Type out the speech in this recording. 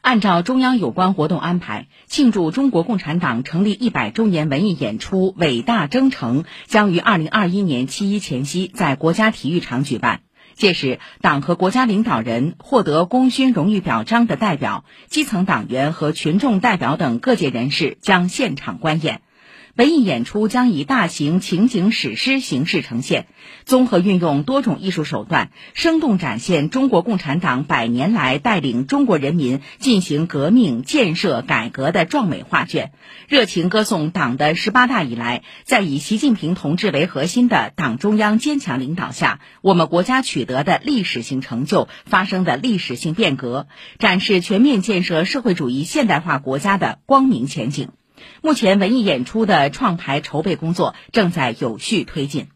按照中央有关活动安排，庆祝中国共产党成立100周年文艺演出《伟大征程》将于2021年7一前夕在国家体育场举办。届时，党和国家领导人、获得功勋荣誉表彰的代表、基层党员和群众代表等各界人士将现场观演。文艺演出将以大型情景史诗形式呈现，综合运用多种艺术手段，生动展现中国共产党100年来带领中国人民进行革命、建设、改革的壮美画卷，热情歌颂党的18大以来，在以习近平同志为核心的党中央坚强领导下，我们国家取得的历史性成就、发生的历史性变革，展示全面建设社会主义现代化国家的光明前景。目前文艺演出的创排筹备工作正在有序推进。